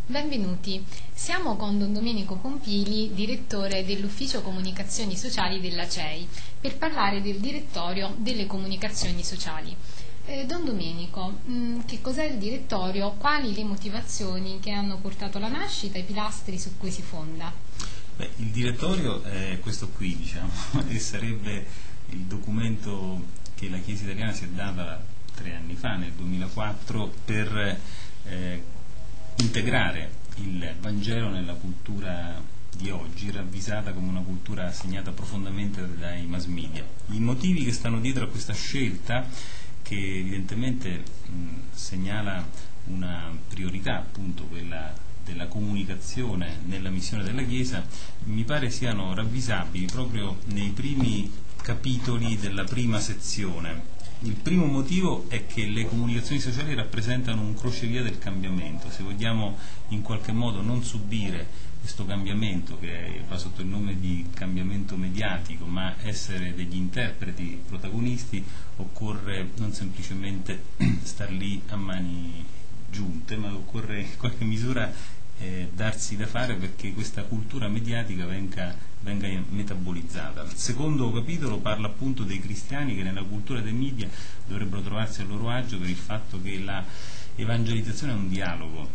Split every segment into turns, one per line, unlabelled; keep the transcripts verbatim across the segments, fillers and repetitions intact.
Benvenuti, siamo con Don Domenico Pompili, direttore dell'Ufficio Comunicazioni Sociali della C E I, per parlare del direttorio delle comunicazioni sociali. Eh, Don Domenico, mh, che cos'è il direttorio? Quali le motivazioni che hanno portato alla nascita e i pilastri su cui si fonda?
Beh, il direttorio è questo qui, diciamo, e sarebbe il documento che la Chiesa italiana si è data tre anni fa, nel duemilaquattro, per eh, integrare il Vangelo nella cultura di oggi, ravvisata come una cultura segnata profondamente dai mass media. I motivi che stanno dietro a questa scelta, che evidentemente mh, segnala una priorità, appunto quella della comunicazione nella missione della Chiesa, mi pare siano ravvisabili proprio nei primi capitoli della prima sezione. Il primo motivo è che le comunicazioni sociali rappresentano un crocevia del cambiamento. Se vogliamo in qualche modo non subire questo cambiamento, che va sotto il nome di cambiamento mediatico, ma essere degli interpreti protagonisti, occorre non semplicemente star lì a mani giunte, ma occorre in qualche misura eh, darsi da fare perché questa cultura mediatica venga, venga metabolizzata. Il secondo capitolo parla appunto dei cristiani che nella cultura dei media dovrebbero trovarsi a loro agio per il fatto che la evangelizzazione è un dialogo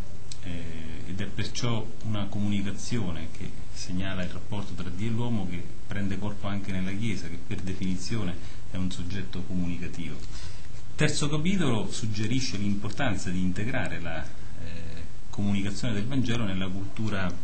eh, ed è perciò una comunicazione che segnala il rapporto tra Dio e l'uomo, che prende corpo anche nella Chiesa, che per definizione è un soggetto comunicativo. Il terzo capitolo suggerisce l'importanza di integrare la eh, comunicazione del Vangelo nella cultura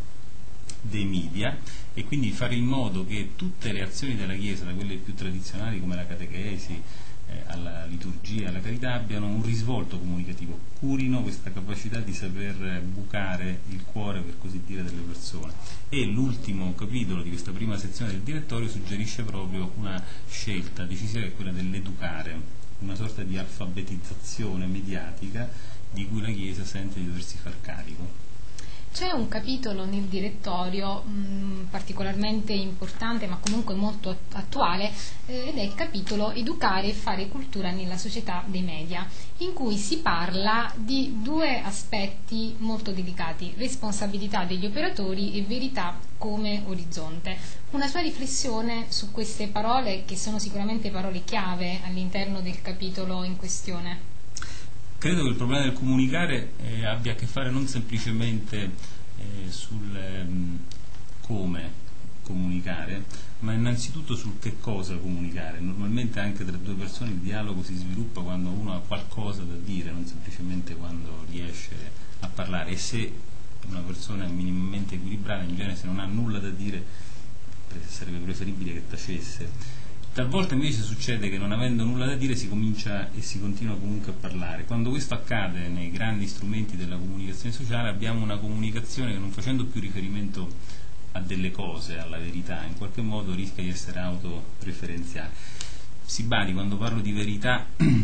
dei media e quindi fare in modo che tutte le azioni della Chiesa, da quelle più tradizionali come la catechesi, eh, alla liturgia, alla carità, abbiano un risvolto comunicativo, curino questa capacità di saper bucare il cuore, per così dire, delle persone. E l'ultimo capitolo di questa prima sezione del direttorio suggerisce proprio una scelta decisiva, che è quella dell'educare, una sorta di alfabetizzazione mediatica di cui la Chiesa sente di doversi far carico.
C'è un capitolo nel direttorio mh, particolarmente importante, ma comunque molto attuale, eh, ed è il capitolo Educare e fare cultura nella società dei media, in cui si parla di due aspetti molto delicati: responsabilità degli operatori e verità come orizzonte. Una sua riflessione su queste parole, che sono sicuramente parole chiave all'interno del capitolo in questione.
Credo che il problema del comunicare eh, abbia a che fare non semplicemente eh, sul ehm, come comunicare, ma innanzitutto sul che cosa comunicare. Normalmente anche tra due persone il dialogo si sviluppa quando uno ha qualcosa da dire, non semplicemente quando riesce a parlare. E se una persona è minimamente equilibrata, in genere, se non ha nulla da dire, sarebbe preferibile che tacesse. Talvolta invece succede che, non avendo nulla da dire, si comincia e si continua comunque a parlare. Quando questo accade nei grandi strumenti della comunicazione sociale, abbiamo una comunicazione che, non facendo più riferimento a delle cose, alla verità, in qualche modo rischia di essere autoreferenziale. Si badi, quando parlo di verità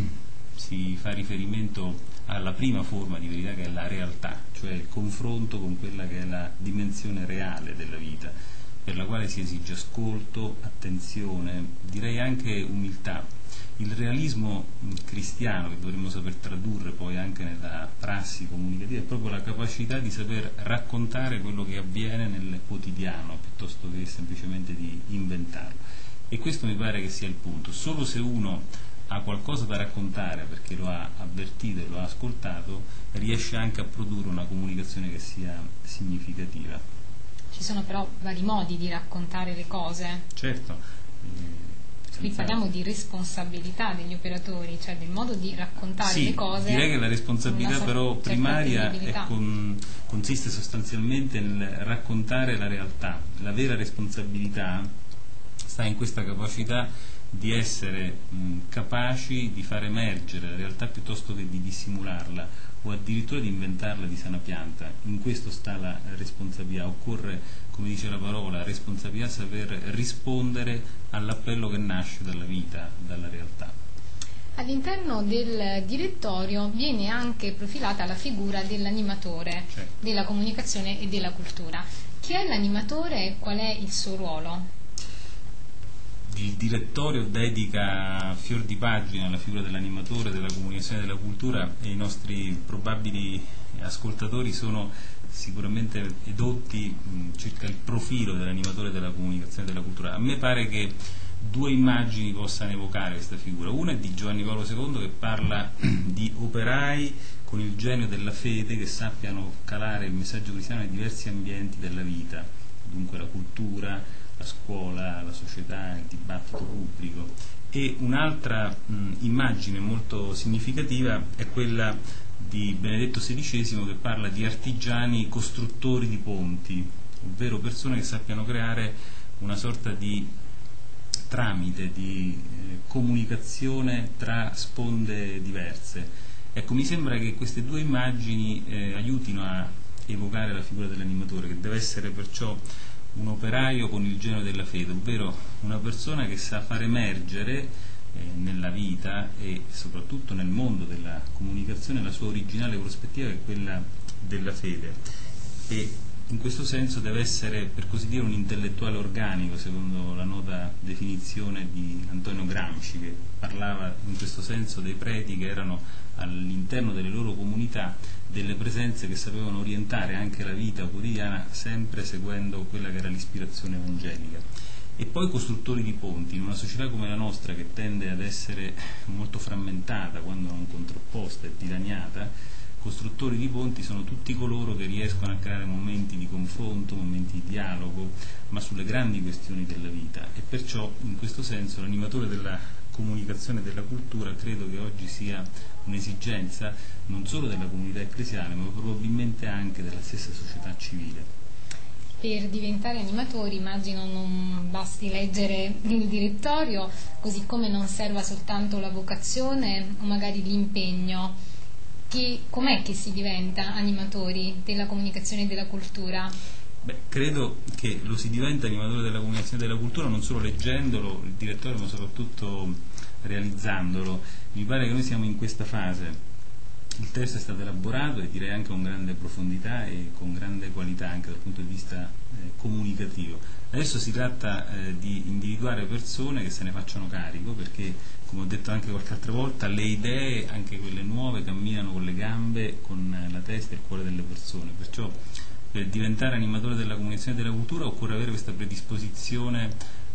si fa riferimento alla prima forma di verità, che è la realtà, cioè il confronto con quella che è la dimensione reale della vita, per la quale si esige ascolto, attenzione, direi anche umiltà. Il realismo cristiano, che dovremmo saper tradurre poi anche nella prassi comunicativa, è proprio la capacità di saper raccontare quello che avviene nel quotidiano, piuttosto che semplicemente di inventarlo. E questo mi pare che sia il punto. Solo se uno ha qualcosa da raccontare, perché lo ha avvertito e lo ha ascoltato, riesce anche a produrre una comunicazione che sia significativa.
Ci sono però vari modi di raccontare le cose.
Certo. Eh,
Qui parliamo di responsabilità degli operatori, cioè del modo di raccontare
sì,
le cose.
Direi che la responsabilità però primaria è con, consiste sostanzialmente nel raccontare la realtà. La vera responsabilità sta in questa capacità di essere mh, capaci di far emergere la realtà piuttosto che di dissimularla o addirittura di inventarla di sana pianta. In questo sta la responsabilità. Occorre, come dice la parola, responsabilità, saper rispondere all'appello che nasce dalla vita, dalla realtà.
All'interno del direttorio viene anche profilata la figura dell'animatore, certo, della comunicazione e della cultura. Chi è l'animatore e qual è il suo ruolo?
Il direttorio dedica fior di pagina alla figura dell'animatore, della comunicazione e della cultura, e i nostri probabili ascoltatori sono sicuramente edotti mh, circa il profilo dell'animatore della comunicazione e della cultura. A me pare che due immagini possano evocare questa figura. Una è di Giovanni Paolo secondo, che parla di operai con il genio della fede che sappiano calare il messaggio cristiano nei diversi ambienti della vita, dunque la cultura, la scuola, la società, il dibattito pubblico. E un'altra mh, immagine molto significativa è quella di Benedetto sedicesimo, che parla di artigiani costruttori di ponti, ovvero persone che sappiano creare una sorta di tramite, di eh, comunicazione tra sponde diverse. Ecco, mi sembra che queste due immagini eh, aiutino a evocare la figura dell'animatore, che deve essere perciò un operaio con il genio della fede, ovvero una persona che sa far emergere eh, nella vita e soprattutto nel mondo della comunicazione la sua originale prospettiva, che è quella della fede. E in questo senso deve essere, per così dire, un intellettuale organico, secondo la nota definizione di Antonio Gramsci, che parlava in questo senso dei preti che erano all'interno delle loro comunità delle presenze che sapevano orientare anche la vita quotidiana, sempre seguendo quella che era l'ispirazione evangelica. E poi costruttori di ponti. In una società come la nostra, che tende ad essere molto frammentata, quando non contrapposta e dilaniata, costruttori di ponti sono tutti coloro che riescono a creare momenti di confronto, momenti di dialogo, ma sulle grandi questioni della vita. E perciò, in questo senso, l'animatore della comunicazione e della cultura credo che oggi sia un'esigenza non solo della comunità ecclesiale, ma probabilmente anche della stessa società civile.
Per diventare animatori immagino non basti leggere il direttorio, così come non serva soltanto la vocazione o magari l'impegno. Che, com'è che si diventa animatori della comunicazione e della cultura?
Beh, credo che lo si diventa animatore della comunicazione e della cultura non solo leggendolo, il direttorio, ma soprattutto realizzandolo. Mi pare che noi siamo in questa fase. Il testo è stato elaborato e direi anche con grande profondità e con grande qualità anche dal punto di vista eh, comunicativo. Adesso si tratta eh, di individuare persone che se ne facciano carico, perché, come ho detto anche qualche altra volta, le idee, anche quelle nuove, camminano con le gambe, con la testa e il cuore delle persone. Perciò per diventare animatore della comunicazione e della cultura occorre avere questa predisposizione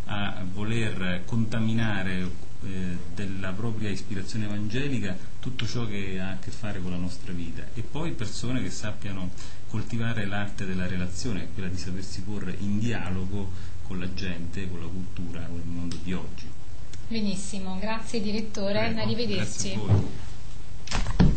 a voler contaminare eh, della propria ispirazione evangelica tutto ciò che ha a che fare con la nostra vita, e poi persone che sappiano coltivare l'arte della relazione, quella di sapersi porre in dialogo con la gente, con la cultura, con il mondo di oggi.
Benissimo, grazie direttore,
Prego,
arrivederci.
Grazie a voi.